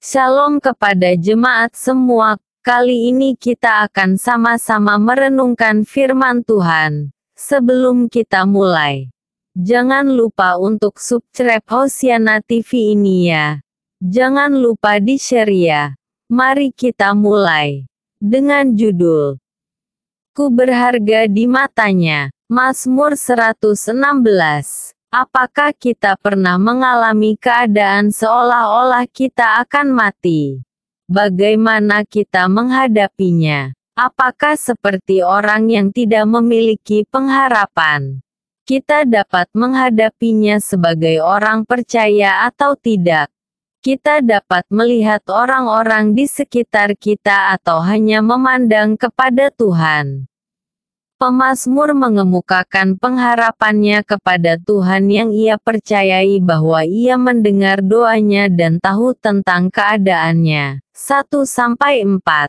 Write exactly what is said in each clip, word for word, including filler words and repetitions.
Shalom kepada jemaat semua. Kali ini kita akan sama-sama merenungkan firman Tuhan. Sebelum kita mulai, jangan lupa untuk subscribe Hosiana T V ini ya. Jangan lupa di-share ya. Mari kita mulai dengan judul Ku berharga di matanya. Mazmur seratus enam belas. Apakah kita pernah mengalami keadaan seolah-olah kita akan mati? Bagaimana kita menghadapinya? Apakah seperti orang yang tidak memiliki pengharapan? Kita dapat menghadapinya sebagai orang percaya atau tidak? Kita dapat melihat orang-orang di sekitar kita atau hanya memandang kepada Tuhan. Pemazmur mengemukakan pengharapannya kepada Tuhan yang ia percayai bahwa ia mendengar doanya dan tahu tentang keadaannya. satu sampai empat.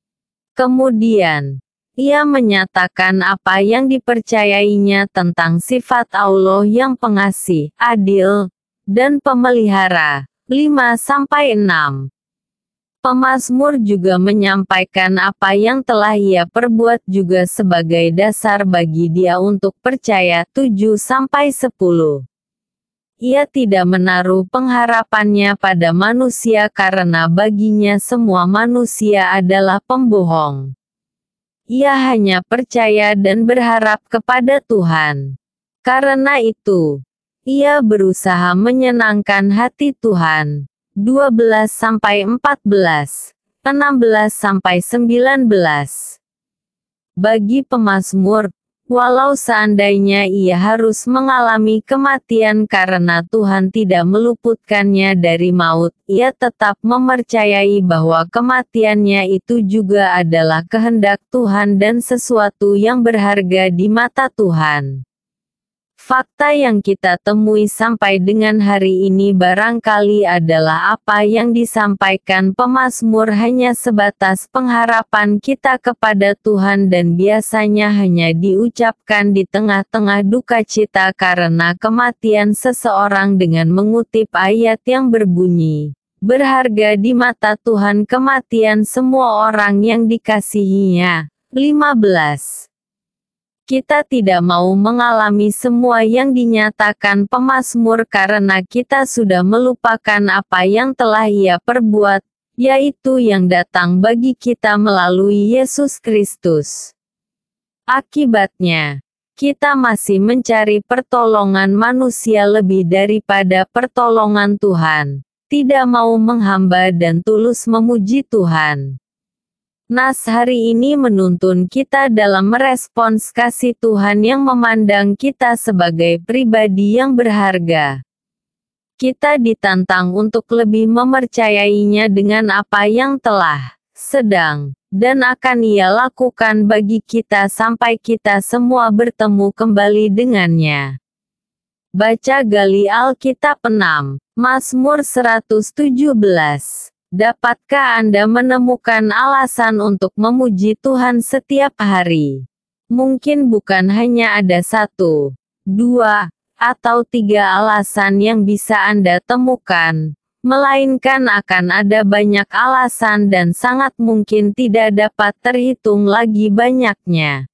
Kemudian, ia menyatakan apa yang dipercayainya tentang sifat Allah yang pengasih, adil, dan pemelihara. lima sampai enam. Pemazmur juga menyampaikan apa yang telah ia perbuat juga sebagai dasar bagi dia untuk percaya. tujuh sampai sepuluh. Ia tidak menaruh pengharapannya pada manusia karena baginya semua manusia adalah pembohong. Ia hanya percaya dan berharap kepada Tuhan. Karena itu, ia berusaha menyenangkan hati Tuhan. dua belas sampai empat belas, enam belas sampai sembilan belas. Bagi pemazmur, walau seandainya ia harus mengalami kematian karena Tuhan tidak meluputkannya dari maut, ia tetap mempercayai bahwa kematiannya itu juga adalah kehendak Tuhan dan sesuatu yang berharga di mata Tuhan. Fakta yang kita temui sampai dengan hari ini barangkali adalah apa yang disampaikan pemazmur hanya sebatas pengharapan kita kepada Tuhan dan biasanya hanya diucapkan di tengah-tengah duka cita karena kematian seseorang dengan mengutip ayat yang berbunyi, "Berharga di mata Tuhan kematian semua orang yang dikasihinya." lima belas. Kita tidak mau mengalami semua yang dinyatakan pemazmur karena kita sudah melupakan apa yang telah ia perbuat, yaitu yang datang bagi kita melalui Yesus Kristus. Akibatnya, kita masih mencari pertolongan manusia lebih daripada pertolongan Tuhan, tidak mau menghamba dan tulus memuji Tuhan. Nas hari ini menuntun kita dalam merespons kasih Tuhan yang memandang kita sebagai pribadi yang berharga. Kita ditantang untuk lebih mempercayainya dengan apa yang telah, sedang, dan akan ia lakukan bagi kita sampai kita semua bertemu kembali dengannya. Baca gali Alkitab enam, Mazmur seratus tujuh belas. Dapatkah Anda menemukan alasan untuk memuji Tuhan setiap hari? Mungkin bukan hanya ada satu, dua, atau tiga alasan yang bisa Anda temukan, melainkan akan ada banyak alasan dan sangat mungkin tidak dapat terhitung lagi banyaknya.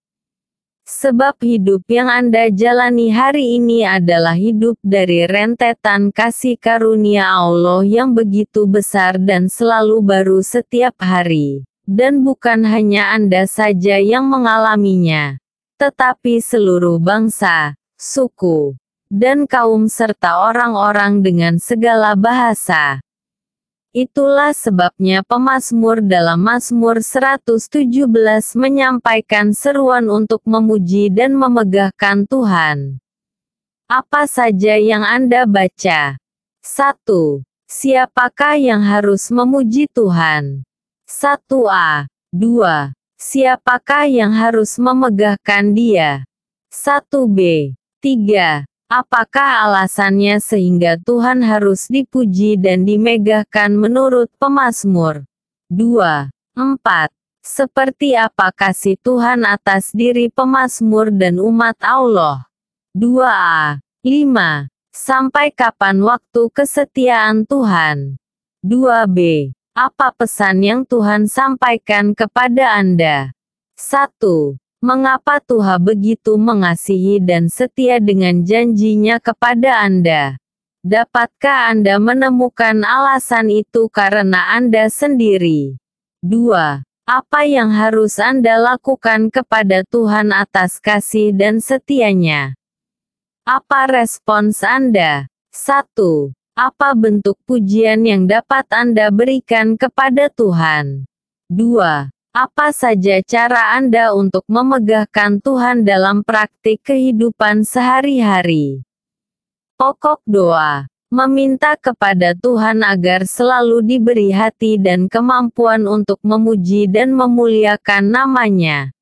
Sebab hidup yang Anda jalani hari ini adalah hidup dari rentetan kasih karunia Allah yang begitu besar dan selalu baru setiap hari. Dan bukan hanya Anda saja yang mengalaminya, tetapi seluruh bangsa, suku, dan kaum serta orang-orang dengan segala bahasa. Itulah sebabnya pemazmur dalam Mazmur seratus tujuh belas menyampaikan seruan untuk memuji dan memegahkan Tuhan. Apa saja yang Anda baca? satu. Siapakah yang harus memuji Tuhan? satu a. dua. Siapakah yang harus memegahkan Dia? satu b. tiga. Apakah alasannya sehingga Tuhan harus dipuji dan dimegahkan menurut pemazmur? dua. empat. Seperti apa kasih Tuhan atas diri pemazmur dan umat Allah? dua a. lima. Sampai kapan waktu kesetiaan Tuhan? dua B. Apa pesan yang Tuhan sampaikan kepada Anda? satu. Mengapa Tuhan begitu mengasihi dan setia dengan janjinya kepada Anda? Dapatkah Anda menemukan alasan itu karena Anda sendiri? dua. Apa yang harus Anda lakukan kepada Tuhan atas kasih dan setianya? Apa respons Anda? satu. Apa bentuk pujian yang dapat Anda berikan kepada Tuhan? dua. Apa saja cara Anda untuk memegahkan Tuhan dalam praktik kehidupan sehari-hari? Pokok doa. Meminta kepada Tuhan agar selalu diberi hati dan kemampuan untuk memuji dan memuliakan nama-Nya.